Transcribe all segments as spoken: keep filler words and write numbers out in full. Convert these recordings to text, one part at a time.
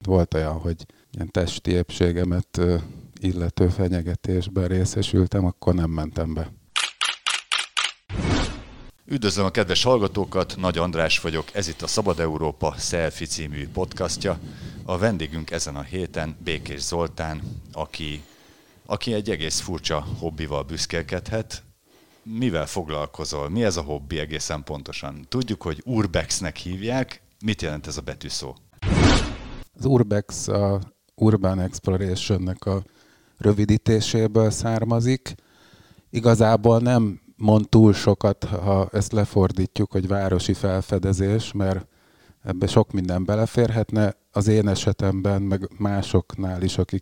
volt olyan, hogy ilyen testi épségemet illető fenyegetésben részesültem, akkor nem mentem be. Üdvözlöm a kedves hallgatókat, Nagy András vagyok, ez itt a Szabad Európa Selfie című podcastja. A vendégünk ezen a héten Békés Zoltán, aki, aki egy egész furcsa hobbival büszkélkedhet. Mivel foglalkozol? Mi ez a hobbi egészen pontosan? Tudjuk, hogy Urbexnek hívják. Mit jelent ez a betűszó? Az Urbex a Urban Explorationnek a rövidítéséből származik. Igazából nem mond túl sokat, ha ezt lefordítjuk, hogy városi felfedezés, mert ebbe sok minden beleférhetne. Az én esetemben, meg másoknál is, akik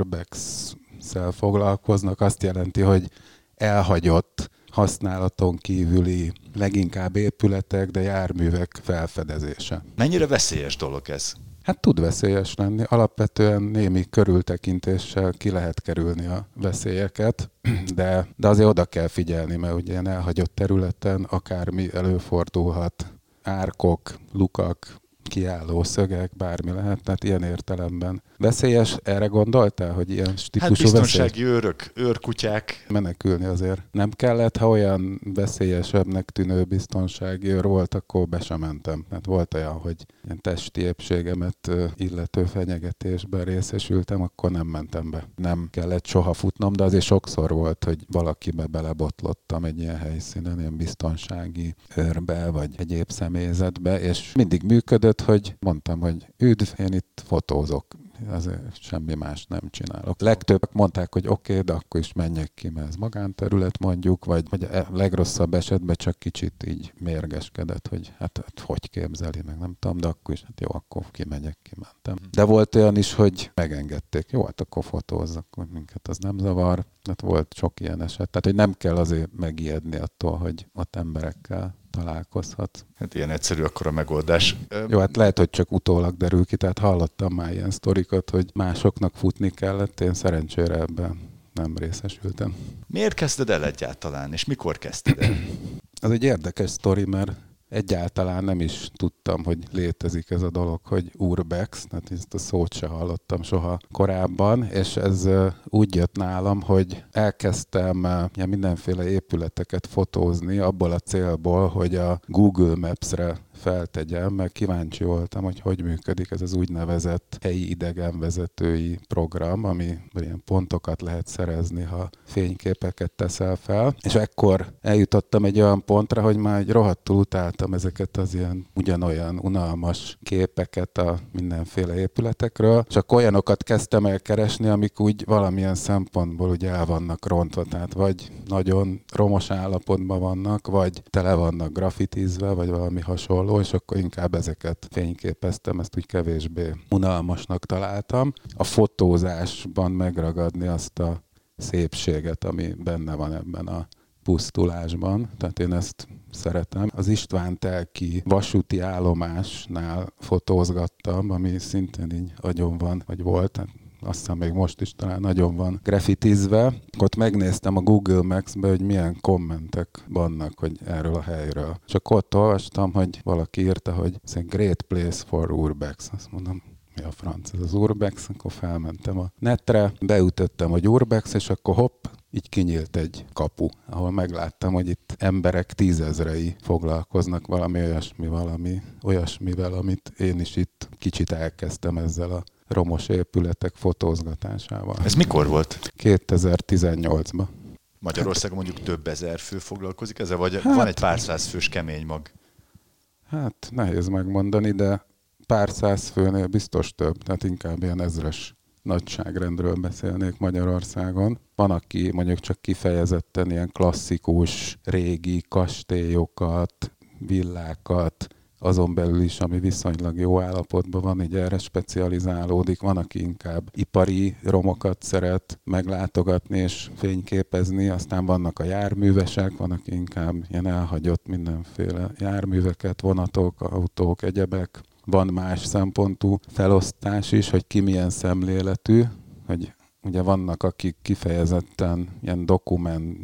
Urbex-szel foglalkoznak, azt jelenti, hogy elhagyott, használaton kívüli, leginkább épületek, de járművek felfedezése. Mennyire veszélyes dolog ez? Hát tud veszélyes lenni. Alapvetően némi körültekintéssel ki lehet kerülni a veszélyeket, de, de azért oda kell figyelni, mert ugye ilyen elhagyott területen akármi előfordulhat. Árkok, lukak, kiálló szögek, bármi lehet, tehát ilyen értelemben. Veszélyes, erre gondoltál, hogy ilyen típusú hát biztonsági veszély? őrök, őrkutyák. Menekülni azért nem kellett, ha olyan veszélyesebbnek tűnő biztonsági őr volt, akkor be sem mentem. Hát volt olyan, hogy ilyen testi épségemet illető fenyegetésben részesültem, akkor nem mentem be. Nem kellett soha futnom, de azért sokszor volt, hogy valakibe belebotlottam egy ilyen helyszínen, ilyen biztonsági őrbe, vagy egyéb személyzetbe, és mindig működött, hogy mondtam, hogy üdv, én itt fotózok. Azért semmi más nem csinálok. Legtöbbek mondták, hogy oké, okay, de akkor is menjek ki, mert ez magánterület mondjuk, vagy, vagy a legrosszabb esetben csak kicsit így mérgeskedett, hogy hát, hát hogy képzeli, meg nem tudom, de akkor is, hát jó, akkor kimegyek, kimentem. De volt olyan is, hogy megengedték, jó, hát akkor fotózzak, hogy minket az nem zavar. Hát volt sok ilyen eset. Tehát, hogy nem kell azért megijedni attól, hogy ott emberekkel találkozhat. Hát ilyen egyszerű akkor a megoldás. Jó, hát lehet, hogy csak utólag derül ki, tehát hallottam már ilyen sztorikat, hogy másoknak futni kellett, én szerencsére ebben nem részesültem. Miért kezdted el egyáltalán, és mikor kezdted el? Ez egy érdekes sztori, mert egyáltalán nem is tudtam, hogy létezik ez a dolog, hogy Urbex, tehát ezt a szót se hallottam soha korábban, és ez úgy jött nálam, hogy elkezdtem ja, mindenféle épületeket fotózni abból a célból, hogy a Google Maps-re feltegyem, mert kíváncsi voltam, hogy hogy működik ez az úgynevezett helyi idegenvezetői program, ami ilyen pontokat lehet szerezni, ha fényképeket teszel fel. És ekkor eljutottam egy olyan pontra, hogy már egy rohadtul utáltam ezeket az ilyen ugyanolyan unalmas képeket a mindenféle épületekről, és akkor olyanokat kezdtem el keresni, amik úgy valamilyen szempontból ugye el vannak rontva, tehát vagy nagyon romos állapotban vannak, vagy tele vannak grafitizve, vagy valami hasonló, és akkor inkább ezeket fényképeztem, ezt úgy kevésbé unalmasnak találtam. A fotózásban megragadni azt a szépséget, ami benne van ebben a pusztulásban, tehát én ezt szeretem. Az István-Telki vasúti állomásnál fotózgattam, ami szintén így agyon van, vagy volt, azt hiszem még most is talán nagyon van grafitizve. Ott megnéztem a Google Maps-be, hogy milyen kommentek vannak hogy erről a helyről. És akkor ott olvastam, hogy valaki írta, hogy ez egy great place for Urbex. Azt mondom, mi a franc, ez az Urbex? Akkor felmentem a netre, beütöttem, hogy Urbex, és akkor hopp, így kinyílt egy kapu, ahol megláttam, hogy itt emberek tízezrei foglalkoznak valami olyasmi, valami olyasmivel, amit én is itt kicsit elkezdtem ezzel a romos épületek fotózgatásával. Ez mikor volt? kétezer-tizennyolcban. Magyarországon mondjuk több ezer fő foglalkozik ezzel, vagy hát, van egy pár száz fős kemény mag? Hát nehéz megmondani, de pár száz főnél biztos több, tehát inkább ilyen ezres nagyságrendről beszélnék Magyarországon. Van, aki mondjuk csak kifejezetten ilyen klasszikus, régi kastélyokat, villákat, azon belül is, ami viszonylag jó állapotban van, így erre specializálódik. Van, aki inkább ipari romokat szeret meglátogatni és fényképezni, aztán vannak a járművesek, van, aki inkább ilyen elhagyott mindenféle járműveket, vonatok, autók, egyebek. Van más szempontú felosztás is, hogy ki milyen szemléletű, hogy ugye vannak, akik kifejezetten ilyen dokument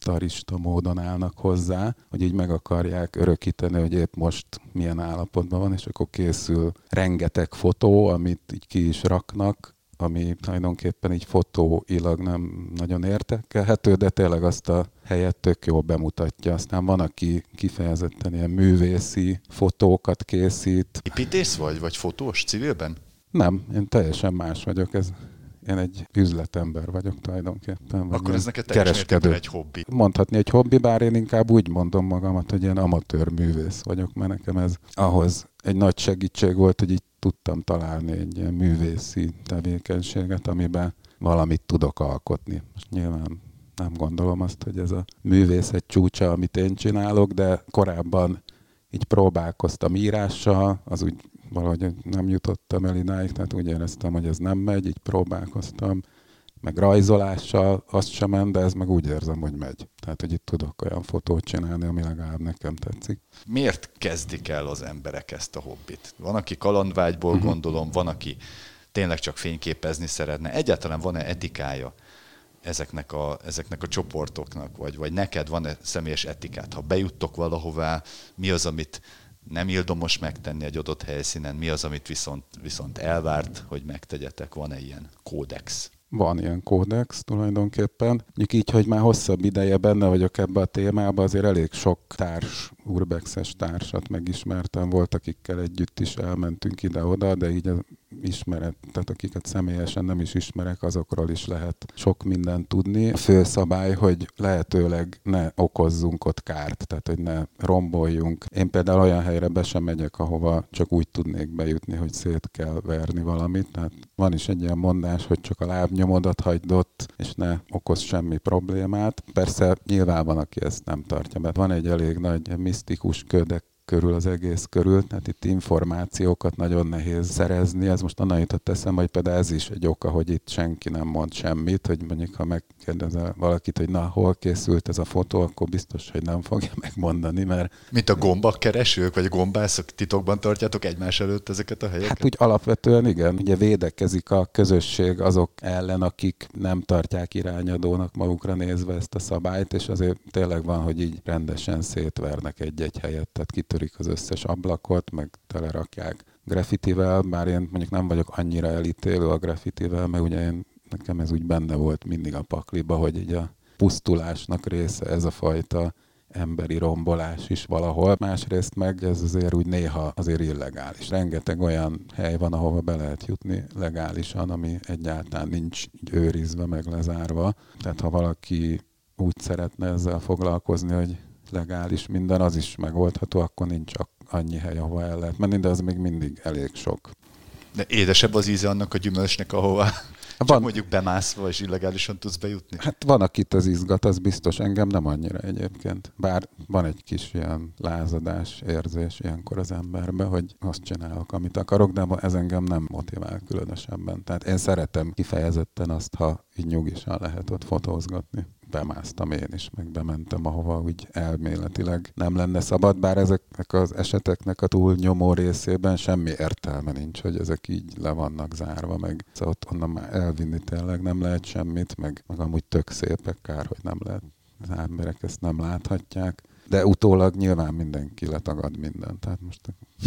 militarista módon állnak hozzá, hogy így meg akarják örökíteni, hogy épp most milyen állapotban van, és akkor készül rengeteg fotó, amit így ki is raknak, ami tulajdonképpen így fotóilag nem nagyon értékelhető, de tényleg azt a helyet tök jól bemutatja. Aztán van, aki kifejezetten ilyen művészi fotókat készít. Építész vagy, vagy fotós civilben? Nem, én teljesen más vagyok. Ez, én egy üzletember vagyok tulajdonképpen. Akkor ez neked kereskedő egy hobbi. Mondhatni egy hobbi, bár én inkább úgy mondom magamat, hogy ilyen amatőr művész vagyok, mert nekem ez ahhoz egy nagy segítség volt, hogy így tudtam találni egy ilyen művészi tevékenységet, amiben valamit tudok alkotni. Most nyilván nem gondolom azt, hogy ez a művészet csúcsa, amit én csinálok, de korábban így próbálkoztam írással, az úgy valahogy nem jutottam el idáig, tehát úgy éreztem, hogy ez nem megy, így próbálkoztam, meg rajzolással, azt sem ment, de ez meg úgy érzem, hogy megy. Tehát, hogy itt tudok olyan fotót csinálni, ami legalább nekem tetszik. Miért kezdik el az emberek ezt a hobbit? Van, aki kalandvágyból uh-huh. gondolom, van, aki tényleg csak fényképezni szeretne. Egyáltalán van-e etikája ezeknek a, ezeknek a csoportoknak, vagy, vagy neked van-e személyes etikát? Ha bejuttok valahová, mi az, amit nem ildomos megtenni egy adott helyszínen, mi az, amit viszont, viszont elvárt, hogy megtegyetek? Van-e ilyen kódex? Van ilyen kódex tulajdonképpen. Mondjuk így, hogy már hosszabb ideje benne vagyok ebbe a témába, azért elég sok társ, urbexes társat megismertem, volt, akikkel együtt is elmentünk ide-oda, de így az ismeret, tehát akiket személyesen nem is ismerek, azokról is lehet sok mindent tudni. A fő szabály, hogy lehetőleg ne okozzunk ott kárt, tehát hogy ne romboljunk. Én például olyan helyre be sem megyek, ahova csak úgy tudnék bejutni, hogy szét kell verni valamit. Tehát van is egy ilyen mondás, hogy csak a lábnyomodat hagyd ott, és ne okoz semmi problémát. Persze nyilván van, aki ezt nem tartja, mert van egy elég nagy misztikus ködek körül az egész körül, tehát itt információkat nagyon nehéz szerezni. Ez most onnan jutott eszembe, hogy például ez is egy oka, hogy itt senki nem mond semmit, hogy mondjuk ha megkérdezel valakit, hogy na, hol készült ez a fotó, akkor biztos, hogy nem fogja megmondani, mert... Mint a gombakkeresők, vagy a gombászok, titokban tartjátok egymás előtt ezeket a helyeket? Hát úgy alapvetően igen, ugye védekezik a közösség azok ellen, akik nem tartják irányadónak magukra nézve ezt a szabályt, és azért tényleg van, hogy így rendesen szétvernek egy-egy helyet, tehát kitörik az összes ablakot, meg telerakják graffitivel, bár én mondjuk nem vagyok annyira elítélő a graffitivel, mert ugye én, nekem ez úgy benne volt mindig a pakliba, hogy így a pusztulásnak része ez a fajta emberi rombolás is valahol. Másrészt meg ez azért úgy néha azért illegális. Rengeteg olyan hely van, ahova be lehet jutni legálisan, ami egyáltalán nincs őrizve, meg lezárva. Tehát ha valaki úgy szeretne ezzel foglalkozni, hogy legális minden, az is megoldható, akkor nincs csak annyi hely, ahova el lehet menni, de az még mindig elég sok. De édesebb az íze annak a gyümölcsnek, ahova csak van, mondjuk bemászva és illegálisan tudsz bejutni? Hát van, akit az izgat, az biztos, engem nem annyira egyébként. Bár van egy kis ilyen lázadás érzés ilyenkor az emberben, hogy azt csinálok, amit akarok, de ez engem nem motivál különösebben. Tehát én szeretem kifejezetten azt, ha így nyugisan lehet ott fotózgatni. Bemásztam én is, meg bementem, ahova úgy elméletileg nem lenne szabad, bár ezeknek az eseteknek a túl nyomó részében semmi értelme nincs, hogy ezek így le vannak zárva, meg szóval ott onnan már elvinni tényleg nem lehet semmit, meg, meg amúgy tök szépek, kár, hogy nem lehet, az emberek ezt nem láthatják, de utólag nyilván mindenki letagad mindent, tehát most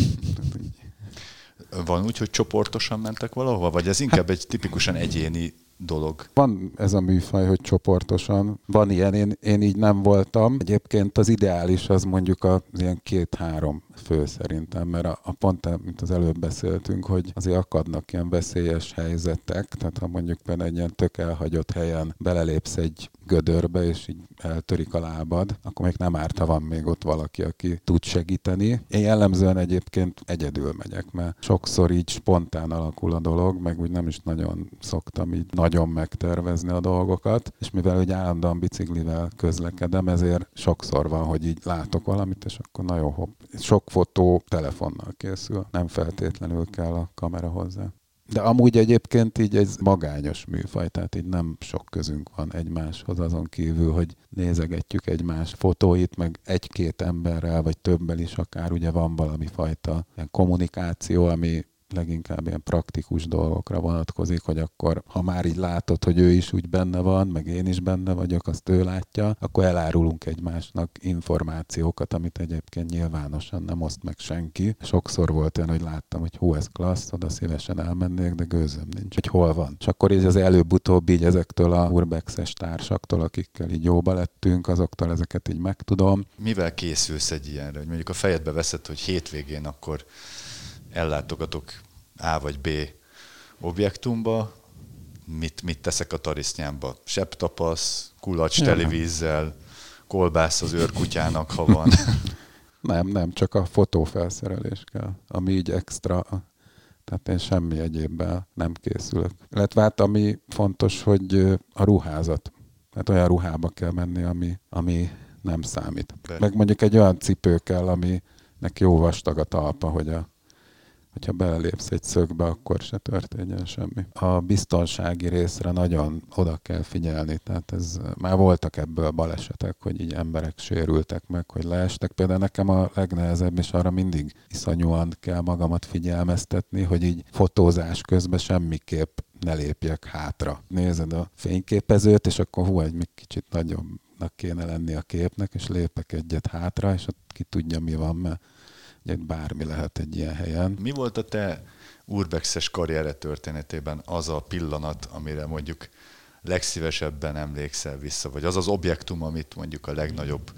így. Van úgy, hogy csoportosan mentek valahova, vagy ez inkább hát, egy tipikusan egyéni dolog? Van ez a műfaj, hogy csoportosan. Van ilyen, én, én így nem voltam. Egyébként az ideális az mondjuk az ilyen két-három fő szerintem, mert a, a pont, mint az előbb beszéltünk, hogy azért akadnak ilyen veszélyes helyzetek, tehát ha mondjuk például egy ilyen tök elhagyott helyen belelépsz egy gödörbe, és így eltörik a lábad, akkor még nem árt, ha van még ott valaki, aki tud segíteni. Én jellemzően egyébként egyedül megyek, mert sokszor így spontán alakul a dolog, meg úgy nem is nagyon szoktam így nagyon megtervezni a dolgokat, és mivel úgy állandóan biciklivel közlekedem, ezért sokszor van, hogy így látok valamit, és akkor nagyon hopp. Sok fotó telefonnal készül, nem feltétlenül kell a kamera hozzá. De amúgy egyébként így egy magányos műfaj, tehát így nem sok közünk van egymáshoz, azon kívül, hogy nézegetjük egymás fotóit, meg egy-két emberrel, vagy többel is akár ugye van valami fajta kommunikáció, ami leginkább ilyen praktikus dolgokra vonatkozik, hogy akkor, ha már így látod, hogy ő is úgy benne van, meg én is benne vagyok, azt ő látja, akkor elárulunk egymásnak információkat, amit egyébként nyilvánosan nem oszt meg senki. Sokszor volt olyan, hogy láttam, hogy hú, ez klassz, oda szívesen elmennék, de gőzöm nincs, hogy hol van. És akkor így az előbb-utóbb így ezektől a urbexes társaktól, akikkel így jóba lettünk, azoktól ezeket így megtudom. Mivel készülsz egy ilyenre? Hogy mondjuk a fejedbe veszed, hogy hétvégén akkor ellátogatok A vagy B objektumba, mit, mit teszek a tarisznyámba? Sebtapasz, kulacs televízzel, kolbász az őrkutyának, ha van. Nem, nem, csak a fotófelszerelés kell, ami így extra, tehát én semmi egyébben nem készülök. Illetve hát ami fontos, hogy a ruházat. Tehát olyan ruhába kell menni, ami, ami nem számít. Be. Meg mondjuk egy olyan cipő kell, aminek jó vastag a talpa, hogy a hogyha belelépsz egy szögbe, akkor se történjen semmi. A biztonsági részre nagyon oda kell figyelni, tehát ez, már voltak ebből balesetek, hogy így emberek sérültek meg, hogy leestek. Például nekem a legnehezebb, és arra mindig iszonyúan kell magamat figyelmeztetni, hogy így fotózás közben semmiképp ne lépjek hátra. Nézed a fényképezőt, és akkor hú, egy még kicsit nagyobbnak kéne lenni a képnek, és lépek egyet hátra, és ott ki tudja, mi van, mert bármi lehet egy ilyen helyen. Mi volt a te urbexes karriere történetében az a pillanat, amire mondjuk legszívesebben emlékszel vissza, vagy az az objektum, amit mondjuk a legnagyobb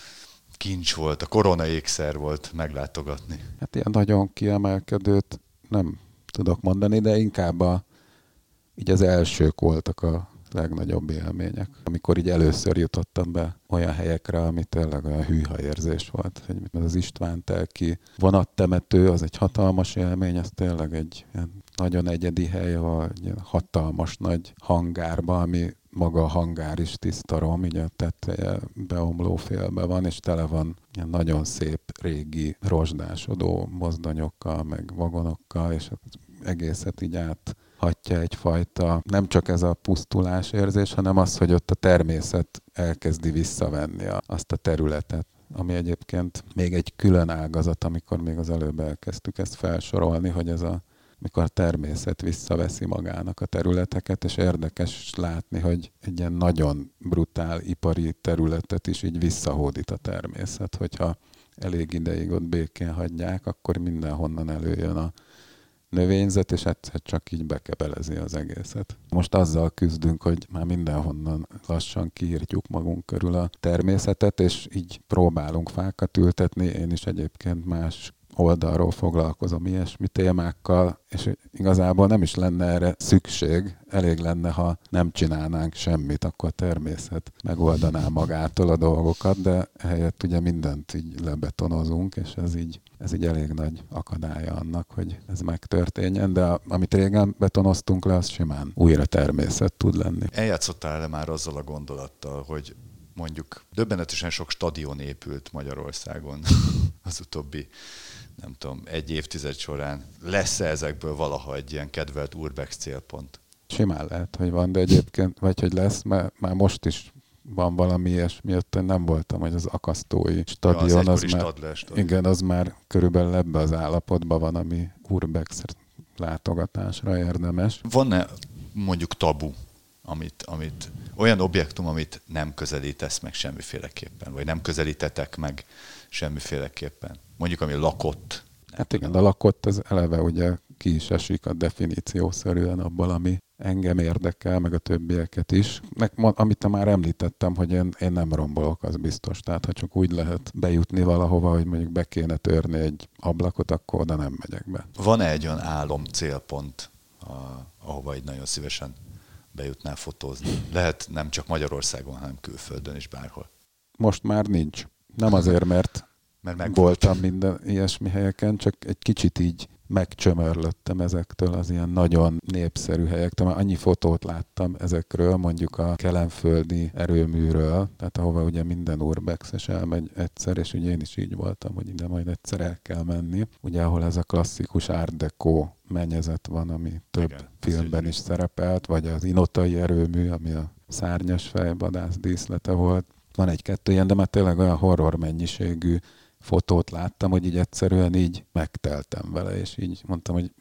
kincs volt, a korona ékszer volt meglátogatni? Hát ilyen nagyon kiemelkedőt nem tudok mondani, de inkább a, így az elsők voltak a legnagyobb élmények. Amikor így először jutottam be olyan helyekre, ami tényleg olyan hűha érzés volt. Hogy az István telki vonattemető, az egy hatalmas élmény, az tényleg egy ilyen nagyon egyedi hely, ahol egy hatalmas nagy hangárba, ami maga a hangár is tiszta rom, így a tetteje beomló félbe van, és tele van ilyen nagyon szép régi rozsdásodó mozdonyokkal, meg vagonokkal, és egészet így át hatja egyfajta, nem csak ez a pusztulás érzés, hanem az, hogy ott a természet elkezdi visszavenni a, azt a területet, ami egyébként még egy külön ágazat, amikor még az előbb elkezdtük ezt felsorolni, hogy ez a, mikor a természet visszaveszi magának a területeket, és érdekes látni, hogy egy ilyen nagyon brutál ipari területet is így visszahódít a természet, hogyha elég ideig ott békén hagyják, akkor mindenhonnan előjön a növényzet, és egyszer csak így bekebelezi az egészet. Most azzal küzdünk, hogy már mindenhonnan lassan kiírtjuk magunk körül a természetet, és így próbálunk fákat ültetni. Én is egyébként más oldalról foglalkozom ilyesmi témákkal, és igazából nem is lenne erre szükség. Elég lenne, ha nem csinálnánk semmit, akkor a természet megoldaná magától a dolgokat, de helyett ugye mindent így lebetonozunk, és ez így, ez így elég nagy akadálya annak, hogy ez megtörténjen, de amit régen betonoztunk le, az simán újra természet tud lenni. Eljátszottál-e már azzal a gondolattal, hogy mondjuk döbbenetesen sok stadion épült Magyarországon az utóbbi, nem tudom, egy évtized során. Lesz-e ezekből valaha egy ilyen kedvelt urbex célpont? Simán lehet, hogy van, de egyébként, vagy hogy lesz, mert már most is van valami ilyesmi, ott nem voltam, hogy az akasztói stadion, ja, az, az már, stadion. Igen, az már körülbelül ebbe az állapotban van, ami urbex látogatásra érdemes. Van-e mondjuk tabu, amit, amit olyan objektum, amit nem közelítesz meg semmiféleképpen, vagy nem közelítetek meg semmiféleképpen? Mondjuk, ami lakott. Hát igen, a lakott az eleve ugye ki is esik a definíciószerűen abból, ami engem érdekel, meg a többieket is. Meg, amit már említettem, hogy én, én nem rombolok, az biztos. Tehát ha csak úgy lehet bejutni valahova, hogy mondjuk be kéne törni egy ablakot, akkor oda nem megyek be. Van-e egy olyan álom célpont, a, ahova így nagyon szívesen bejutnál fotózni? Lehet nem csak Magyarországon, hanem külföldön is bárhol. Most már nincs. Nem azért, mert, mert voltam minden ilyesmi helyeken, csak egy kicsit így megcsömörlöttem ezektől az ilyen nagyon népszerű helyektől. Már annyi fotót láttam ezekről, mondjuk a kelenföldi erőműről, tehát ahova ugye minden urbexes elmegy egyszer, és ugye én is így voltam, hogy ide majd egyszer el kell menni. Ugye ahol ez a klasszikus art deco mennyezet van, ami több Igen, filmben is szerepelt, vagy az inotai erőmű, ami a szárnyas fejvadász díszlete volt. Van egy-kettő ilyen, de már tényleg olyan horror mennyiségű fotót láttam, hogy így egyszerűen így megteltem vele, és így mondtam, hogy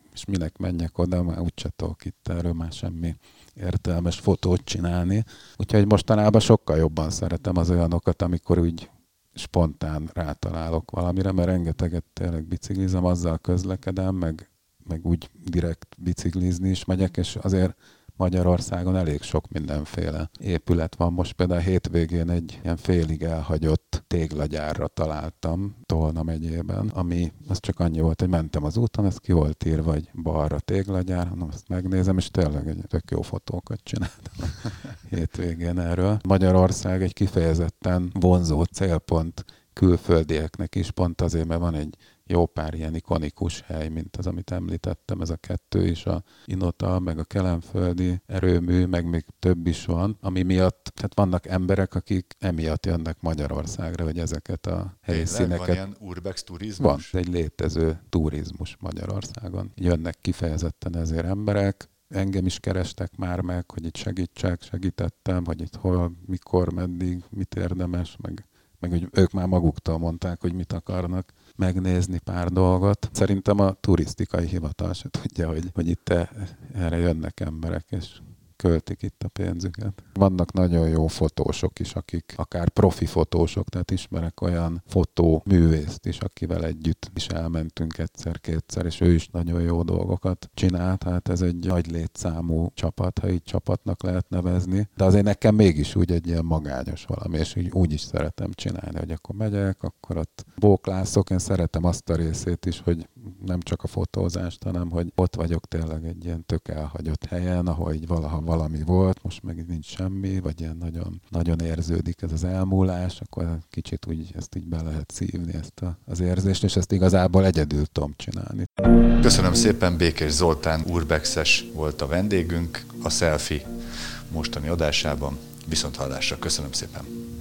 és minek menjek oda, már úgyse tudok itt erről már semmi értelmes fotót csinálni. Úgyhogy mostanában sokkal jobban szeretem az olyanokat, amikor úgy spontán rátalálok valamire, mert rengeteget tényleg biciklizem, azzal közlekedem, meg, meg úgy direkt biciklizni is megyek, és azért Magyarországon elég sok mindenféle épület van. Most például a hétvégén egy ilyen félig elhagyott téglagyárra találtam Tolna megyében, ami az csak annyi volt, hogy mentem az úton, ez ki volt írva, hogy balra téglagyár, hanem azt megnézem, és tényleg egy tök jó fotókat csináltam hétvégén erről. Magyarország egy kifejezetten vonzó célpont külföldieknek is, pont azért, mert van egy jó pár ilyen ikonikus hely, mint az, amit említettem, ez a kettő is, a Inota, meg a kelenföldi erőmű, meg még több is van, ami miatt, tehát vannak emberek, akik emiatt jönnek Magyarországra, hogy ezeket a helyszíneket... Van ilyen urbex turizmus? Van, egy létező turizmus Magyarországon. Jönnek kifejezetten ezért emberek, engem is kerestek már meg, hogy itt segítsek, segítettem, hogy itt hol, mikor, meddig, mit érdemes, meg, meg hogy ők már maguktól mondták, hogy mit akarnak megnézni pár dolgot. Szerintem a turisztikai hivatal se tudja, hogy, hogy itt erre jönnek emberek, és költik itt a pénzüket. Vannak nagyon jó fotósok is, akik akár profi fotósok, tehát ismerek olyan fotóművészt is, akivel együtt is elmentünk egyszer-kétszer, és ő is nagyon jó dolgokat csinál, tehát ez egy nagy létszámú csapat, ha így csapatnak lehet nevezni. De azért nekem mégis úgy egy ilyen magányos valami, és úgy, úgy is szeretem csinálni, hogy akkor megyek, akkor ott bóklászok, én szeretem azt a részét is, hogy nem csak a fotózást, hanem hogy ott vagyok tényleg egy ilyen tök elhagyott helyen, ahol így valaha valami volt, most meg nincs semmi, vagy ilyen nagyon, nagyon érződik ez az elmúlás, akkor kicsit úgy ezt így be lehet szívni, ezt a, az érzést, és ezt igazából egyedül tudom csinálni. Köszönöm szépen, Békés Zoltán urbexes volt a vendégünk a Selfie mostani adásában. Viszonthallásra, köszönöm szépen!